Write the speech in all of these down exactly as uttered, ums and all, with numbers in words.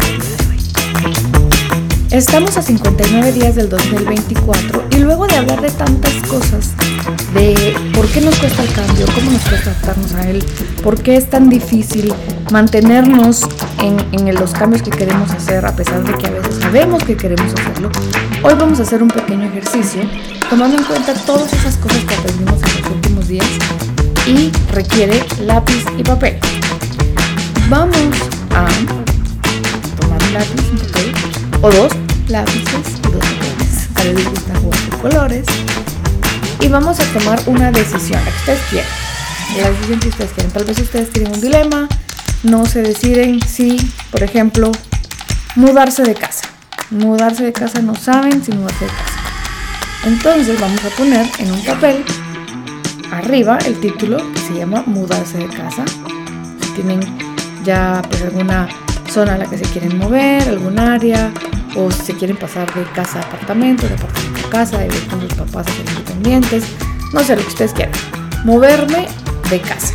el día de hoy. Estamos a cincuenta y nueve días del dos mil veinticuatro y luego de hablar de tantas cosas, de por qué nos cuesta el cambio, cómo nos cuesta adaptarnos a él, por qué es tan difícil mantenernos en, en los cambios que queremos hacer a pesar de que a veces sabemos que queremos hacerlo, hoy vamos a hacer un pequeño ejercicio tomando en cuenta todas esas cosas que aprendimos en los últimos días y requiere lápiz y papel. Vamos a tomar un lápiz, un papel o dos lápices y dos papeles. A veces les gusta jugar con colores. Y vamos a tomar una decisión, la que ustedes quieran. La decisión que ustedes quieren. Tal vez ustedes tienen un dilema, no se deciden si, por ejemplo, mudarse de casa. Mudarse de casa, no saben si mudarse de casa. Entonces vamos a poner en un papel arriba el título que se llama mudarse de casa. Si tienen ya pues alguna zona a la que se quieren mover, algún área, o si se quieren pasar de casa a apartamento, de apartamento a casa, de vivir con sus papás a ser independientes, no sé, lo que ustedes quieran. Moverme de casa.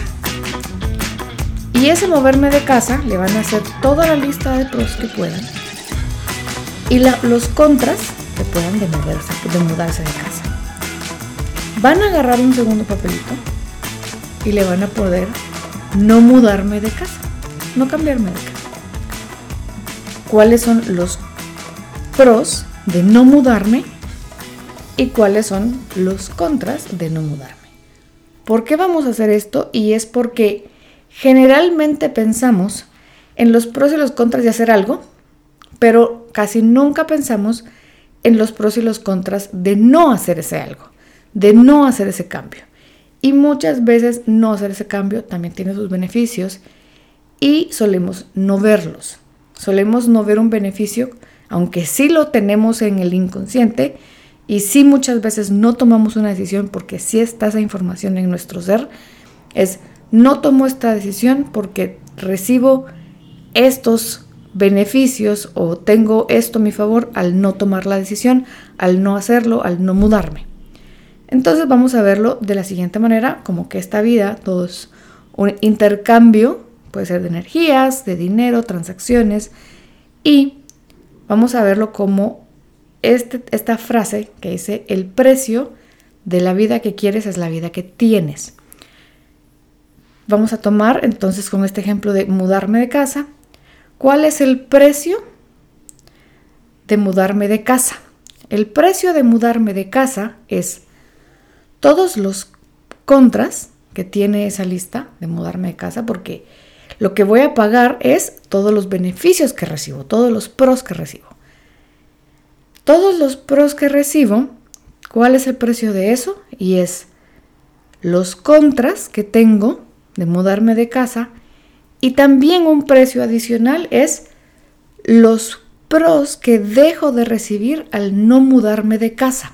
Y ese moverme de casa le van a hacer toda la lista de pros que puedan y la, los contras que puedan de, moverse, de mudarse de casa. Van a agarrar un segundo papelito y le van a poder no mudarme de casa, no cambiarme de casa. ¿Cuáles son los pros de no mudarme y cuáles son los contras de no mudarme? ¿Por qué vamos a hacer esto? Y es porque generalmente pensamos en los pros y los contras de hacer algo, pero casi nunca pensamos en los pros y los contras de no hacer ese algo, de no hacer ese cambio. Y muchas veces no hacer ese cambio también tiene sus beneficios y solemos no verlos. Solemos no ver un beneficio, aunque sí lo tenemos en el inconsciente y sí muchas veces no tomamos una decisión porque sí está esa información en nuestro ser. Es, no tomo esta decisión porque recibo estos beneficios o tengo esto a mi favor al no tomar la decisión, al no hacerlo, al no mudarme. Entonces vamos a verlo de la siguiente manera, como que esta vida todo es un intercambio, puede ser de energías, de dinero, transacciones, y vamos a verlo como este, esta frase que dice: el precio de la vida que quieres es la vida que tienes. Vamos a tomar entonces con este ejemplo de mudarme de casa. ¿Cuál es el precio de mudarme de casa? El precio de mudarme de casa es todos los contras que tiene esa lista de mudarme de casa, porque lo que voy a pagar es todos los beneficios que recibo, todos los pros que recibo. Todos los pros que recibo, ¿cuál es el precio de eso? Y es los contras que tengo de mudarme de casa, y también un precio adicional es los pros que dejo de recibir al no mudarme de casa.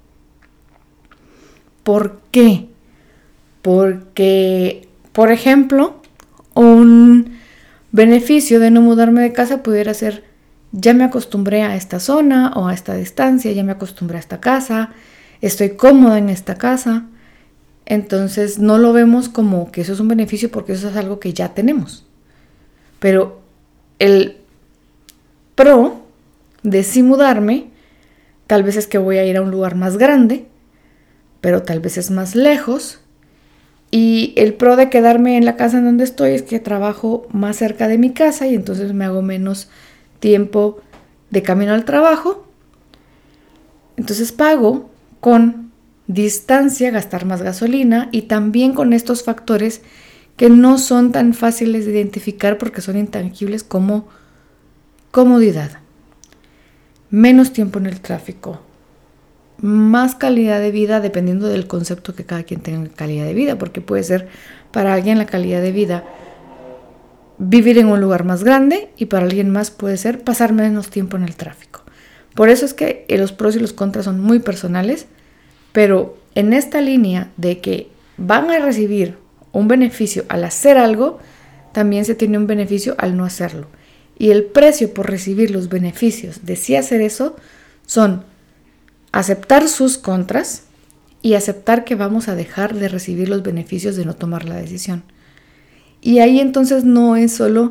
¿Por qué? Porque, por ejemplo, un beneficio de no mudarme de casa pudiera ser: ya me acostumbré a esta zona o a esta distancia, ya me acostumbré a esta casa, estoy cómoda en esta casa. Entonces no lo vemos como que eso es un beneficio porque eso es algo que ya tenemos. Pero el pro de sí mudarme tal vez es que voy a ir a un lugar más grande, pero tal vez es más lejos. Y el pro de quedarme en la casa en donde estoy es que trabajo más cerca de mi casa y entonces me hago menos tiempo de camino al trabajo. Entonces pago con distancia, gastar más gasolina y también con estos factores que no son tan fáciles de identificar porque son intangibles, como comodidad, menos tiempo en el tráfico, más calidad de vida, dependiendo del concepto que cada quien tenga de calidad de vida, porque puede ser para alguien la calidad de vida vivir en un lugar más grande y para alguien más puede ser pasar menos tiempo en el tráfico. Por eso es que los pros y los contras son muy personales, pero en esta línea de que van a recibir un beneficio al hacer algo, también se tiene un beneficio al no hacerlo. Y el precio por recibir los beneficios de sí hacer eso son aceptar sus contras y aceptar que vamos a dejar de recibir los beneficios de no tomar la decisión. Y ahí entonces no es solo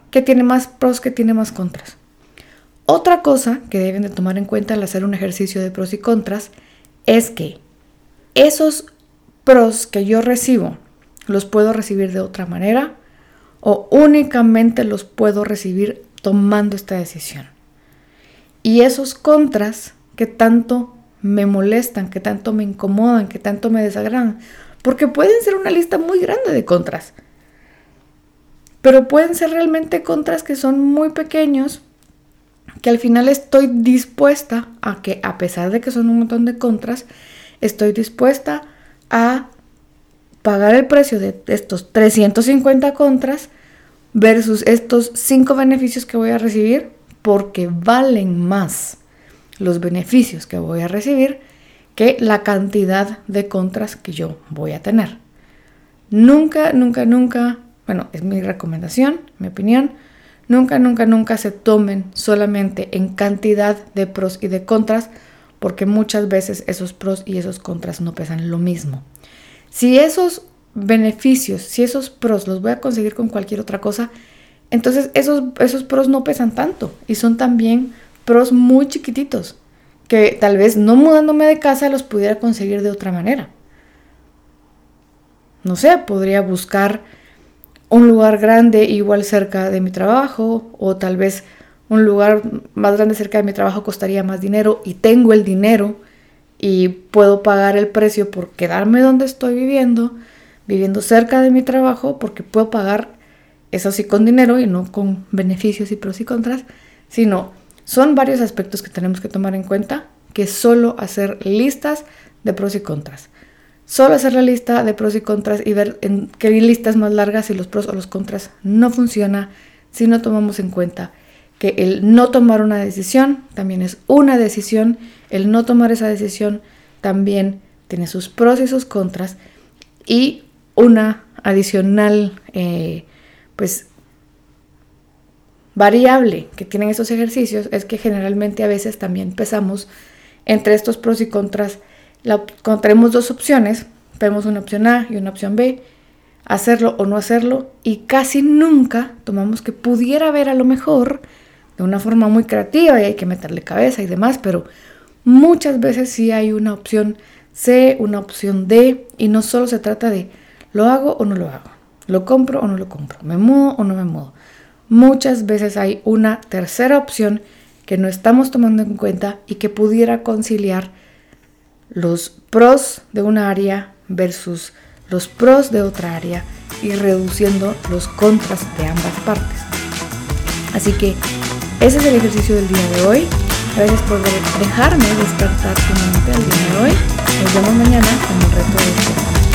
que tiene más pros, que tiene más contras. Otra cosa que deben de tomar en cuenta al hacer un ejercicio de pros y contras es que esos pros que yo recibo los puedo recibir de otra manera o únicamente los puedo recibir tomando esta decisión. Y esos contras que tanto me molestan, que tanto me incomodan, que tanto me desagradan, porque pueden ser una lista muy grande de contras, pero pueden ser realmente contras que son muy pequeños, que al final estoy dispuesta a que, a pesar de que son un montón de contras, estoy dispuesta a pagar el precio de estos trescientos cincuenta contras versus estos cinco beneficios que voy a recibir, porque valen más los beneficios que voy a recibir que la cantidad de contras que yo voy a tener. Nunca, nunca, nunca, bueno, es mi recomendación, mi opinión, nunca, nunca, nunca se tomen solamente en cantidad de pros y de contras, porque muchas veces esos pros y esos contras no pesan lo mismo. Si esos beneficios, si esos pros los voy a conseguir con cualquier otra cosa, entonces esos, esos pros no pesan tanto y son también pros muy chiquititos que tal vez no mudándome de casa los pudiera conseguir de otra manera. No sé, podría buscar un lugar grande igual cerca de mi trabajo, o tal vez un lugar más grande cerca de mi trabajo costaría más dinero y tengo el dinero y puedo pagar el precio por quedarme donde estoy viviendo, viviendo cerca de mi trabajo, porque puedo pagar eso sí con dinero y no con beneficios y pros y contras, sino son varios aspectos que tenemos que tomar en cuenta, que solo hacer listas de pros y contras. Solo hacer la lista de pros y contras y ver en qué listas más largas si los pros o los contras no funciona si no tomamos en cuenta que el no tomar una decisión también es una decisión, el no tomar esa decisión también tiene sus pros y sus contras, y una adicional eh, pues variable que tienen estos ejercicios es que generalmente a veces también pesamos entre estos pros y contras. La, cuando tenemos dos opciones, vemos una opción A y una opción B, hacerlo o no hacerlo, y casi nunca tomamos que pudiera haber a lo mejor de una forma muy creativa y hay que meterle cabeza y demás, pero muchas veces sí hay una opción C, una opción D, y no solo se trata de lo hago o no lo hago, lo compro o no lo compro, me mudo o no me mudo. Muchas veces hay una tercera opción que no estamos tomando en cuenta y que pudiera conciliar los pros de una área versus los pros de otra área y reduciendo los contras de ambas partes. Así que ese es el ejercicio del día de hoy. Gracias por dejarme despertar tu mente el día de hoy. Nos vemos mañana con el reto de este.